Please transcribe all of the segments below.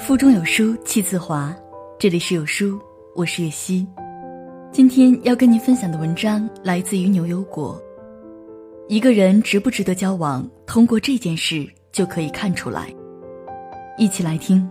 腹中有书气自华，这里是有书，我是月溪。今天要跟您分享的文章来自于牛油果。一个人值不值得交往，通过这件事就可以看出来。一起来听。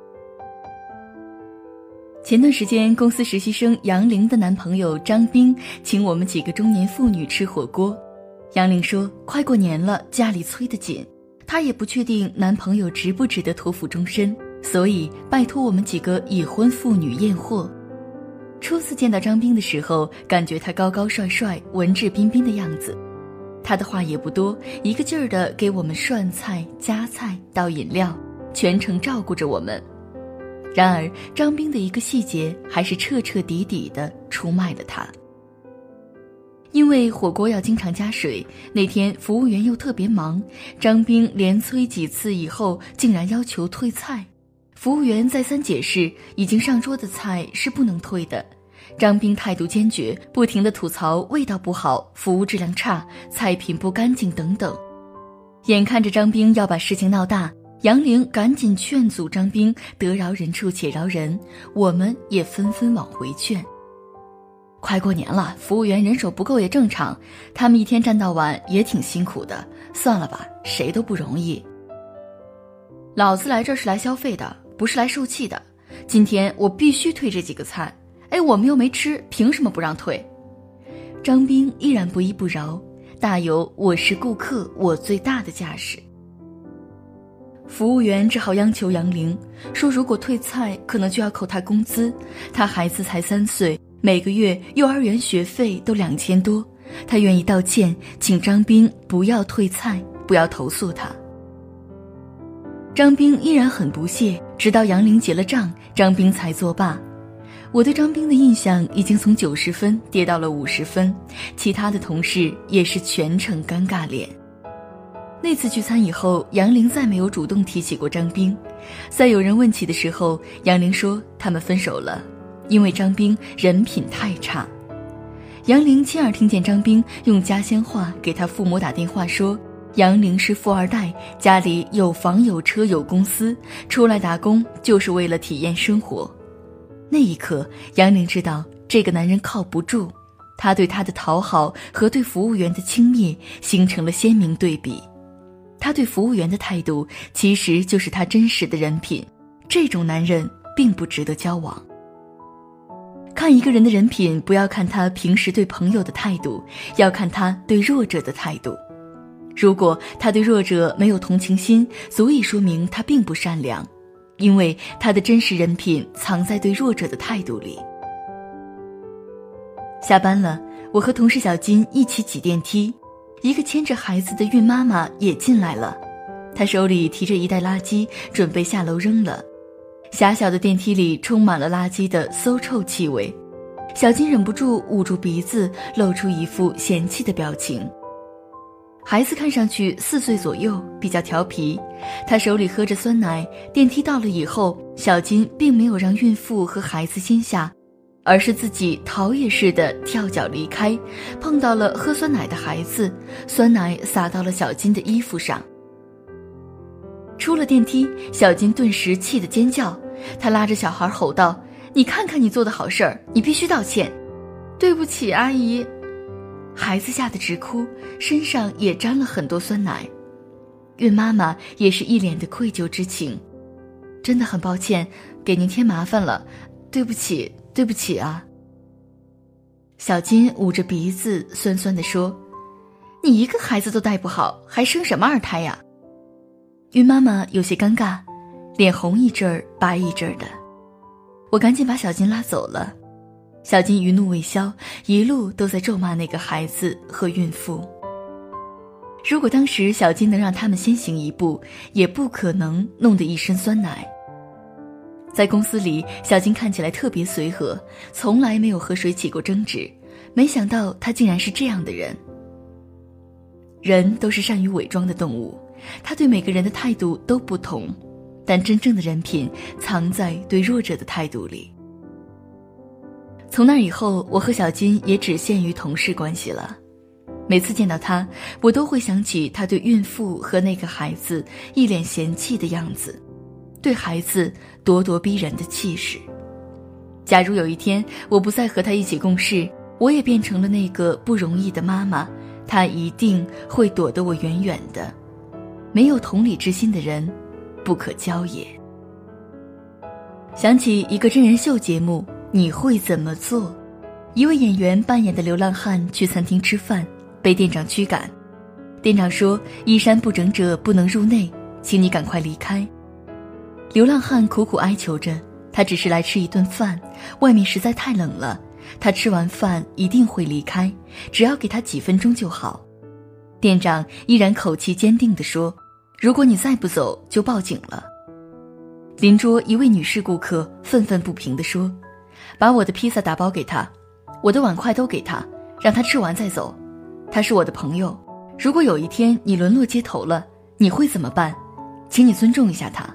前段时间，公司实习生杨玲的男朋友张斌请我们几个中年妇女吃火锅。杨玲说，快过年了，家里催得紧，她也不确定男朋友值不值得托付终身，所以拜托我们几个已婚妇女验货。初次见到张斌的时候，感觉他高高帅帅、文质彬彬的样子。他的话也不多，一个劲儿地给我们涮菜、夹菜、倒饮料，全程照顾着我们。然而，张斌的一个细节还是彻彻底底地出卖了他。因为火锅要经常加水，那天服务员又特别忙，张斌连催几次以后，竟然要求退菜。服务员再三解释，已经上桌的菜是不能退的。张斌态度坚决，不停地吐槽味道不好、服务质量差、菜品不干净等等。眼看着张斌要把事情闹大，杨玲赶紧劝阻张斌，得饶人处且饶人，我们也纷纷往回劝。快过年了，服务员人手不够也正常，他们一天站到晚也挺辛苦的，算了吧，谁都不容易。老子来这儿是来消费的，不是来受气的，今天我必须退这几个菜，我们又没吃，凭什么不让退？张斌依然不依不饶，大有我是顾客我最大的架势。服务员只好央求杨玲，说如果退菜可能就要扣他工资，他孩子才3岁，每个月幼儿园学费都2000多，他愿意道歉，请张斌不要退菜，不要投诉他。张斌依然很不屑，直到杨玲结了账，张斌才作罢。我对张斌的印象已经从90分跌到了50分，其他的同事也是全程尴尬脸。那次聚餐以后，杨玲再没有主动提起过张斌。在有人问起的时候，杨玲说他们分手了，因为张斌人品太差。杨玲亲耳听见张斌用家乡话给他父母打电话说，杨玲是富二代，家里有房有车有公司，出来打工就是为了体验生活。那一刻，杨玲知道这个男人靠不住，他对他的讨好和对服务员的轻蔑形成了鲜明对比。他对服务员的态度其实就是他真实的人品，这种男人并不值得交往。看一个人的人品，不要看他平时对朋友的态度，要看他对弱者的态度。如果他对弱者没有同情心，足以说明他并不善良，因为他的真实人品藏在对弱者的态度里。下班了，我和同事小金一起挤电梯，一个牵着孩子的孕妈妈也进来了，她手里提着一袋垃圾，准备下楼扔了。狭小的电梯里充满了垃圾的馊臭气味，小金忍不住捂住鼻子，露出一副嫌弃的表情。孩子看上去4岁左右，比较调皮，他手里喝着酸奶。电梯到了以后，小金并没有让孕妇和孩子先下，而是自己逃也似的跳脚离开，碰到了喝酸奶的孩子，酸奶洒到了小金的衣服上。出了电梯，小金顿时气得尖叫，他拉着小孩吼道，你看看你做的好事儿，你必须道歉。对不起阿姨。孩子吓得直哭，身上也沾了很多酸奶。孕妈妈也是一脸的愧疚之情，真的很抱歉，给您添麻烦了，对不起，对不起啊。小金捂着鼻子酸酸地说，你一个孩子都带不好，还生什么二胎呀？孕妈妈有些尴尬，脸红一阵儿白一阵儿的。我赶紧把小金拉走了。小金余怒未消，一路都在咒骂那个孩子和孕妇。如果当时小金能让他们先行一步，也不可能弄得一身酸奶。在公司里，小金看起来特别随和，从来没有和谁起过争执，没想到他竟然是这样的人。人都是善于伪装的动物，他对每个人的态度都不同，但真正的人品藏在对弱者的态度里。从那以后，我和小金也只限于同事关系了。每次见到他，我都会想起他对孕妇和那个孩子一脸嫌弃的样子， 对孩子咄咄逼人的气势。假如有一天我不再和他一起共事，我也变成了那个不容易的妈妈，他一定会躲得我远远的。没有同理之心的人，不可交也。想起一个真人秀节目，你会怎么做？一位演员扮演的流浪汉去餐厅吃饭，被店长驱赶。店长说，衣衫不整者不能入内，请你赶快离开。流浪汉苦苦哀求着，他只是来吃一顿饭，外面实在太冷了，他吃完饭一定会离开，只要给他几分钟就好。店长依然口气坚定地说，如果你再不走就报警了。邻桌一位女士顾客愤愤不平地说，把我的披萨打包给他，我的碗筷都给他，让他吃完再走。他是我的朋友，如果有一天你沦落街头了，你会怎么办？请你尊重一下他。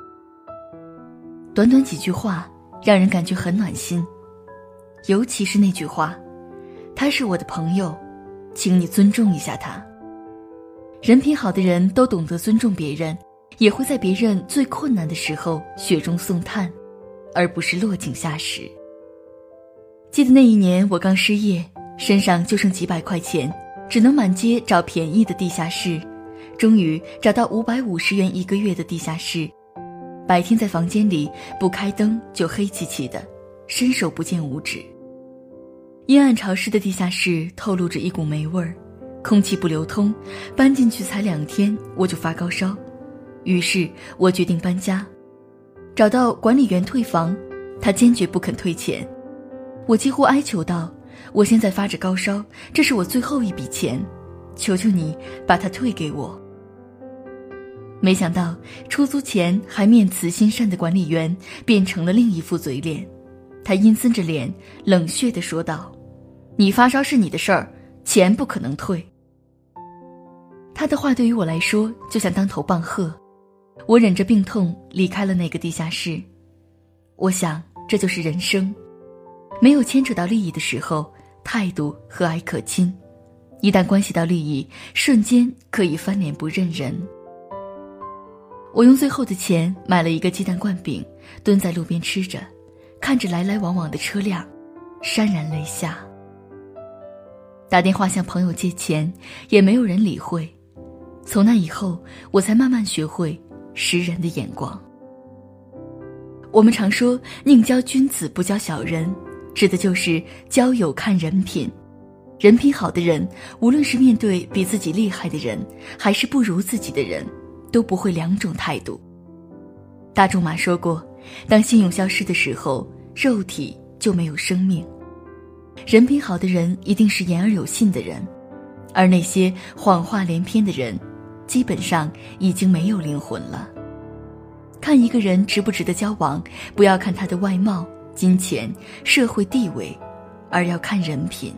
短短几句话让人感觉很暖心，尤其是那句话，他是我的朋友，请你尊重一下他。人品好的人都懂得尊重别人，也会在别人最困难的时候雪中送炭，而不是落井下石。记得那一年我刚失业，身上就剩几百块钱，只能满街找便宜的地下室，终于找到550元一个月的地下室。白天在房间里不开灯就黑漆漆的，伸手不见五指。阴暗潮湿的地下室透露着一股霉味儿，空气不流通，搬进去才2天我就发高烧。于是我决定搬家，找到管理员退房，他坚决不肯退钱。我几乎哀求道，我现在发着高烧，这是我最后一笔钱，求求你把它退给我。没想到出租前还面慈心善的管理员变成了另一副嘴脸，他阴森着脸冷血地说道，你发烧是你的事儿，钱不可能退。他的话对于我来说就像当头棒喝，我忍着病痛离开了那个地下室。我想这就是人生，没有牵扯到利益的时候，态度和蔼可亲，一旦关系到利益，瞬间可以翻脸不认人。我用最后的钱买了一个鸡蛋灌饼，蹲在路边吃着，看着来来往往的车辆，潸然泪下。打电话向朋友借钱，也没有人理会。从那以后，我才慢慢学会识人的眼光。我们常说宁交君子不交小人，指的就是交友看人品。人品好的人，无论是面对比自己厉害的人，还是不如自己的人，都不会两种态度。大仲马说过，当信用消失的时候，肉体就没有生命。人品好的人一定是言而有信的人，而那些谎话连篇的人，基本上已经没有灵魂了。看一个人值不值得交往，不要看他的外貌、金钱、社会地位，而要看人品。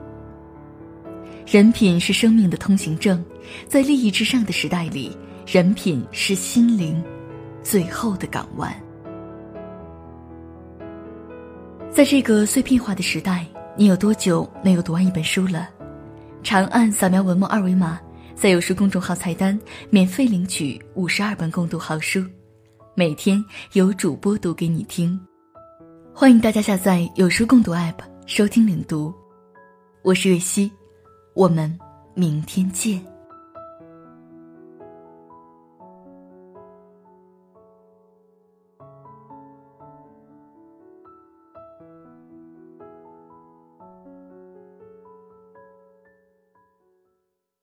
人品是生命的通行证，在利益之上的时代里，人品是心灵最后的港湾。在这个碎片化的时代，你有多久没有读完一本书了？长按扫描文末2维码，在有书公众号菜单免费领取52本共读好书，每天有主播读给你听。欢迎大家下载有书共读 App 收听领读。我是月溪，我们明天见。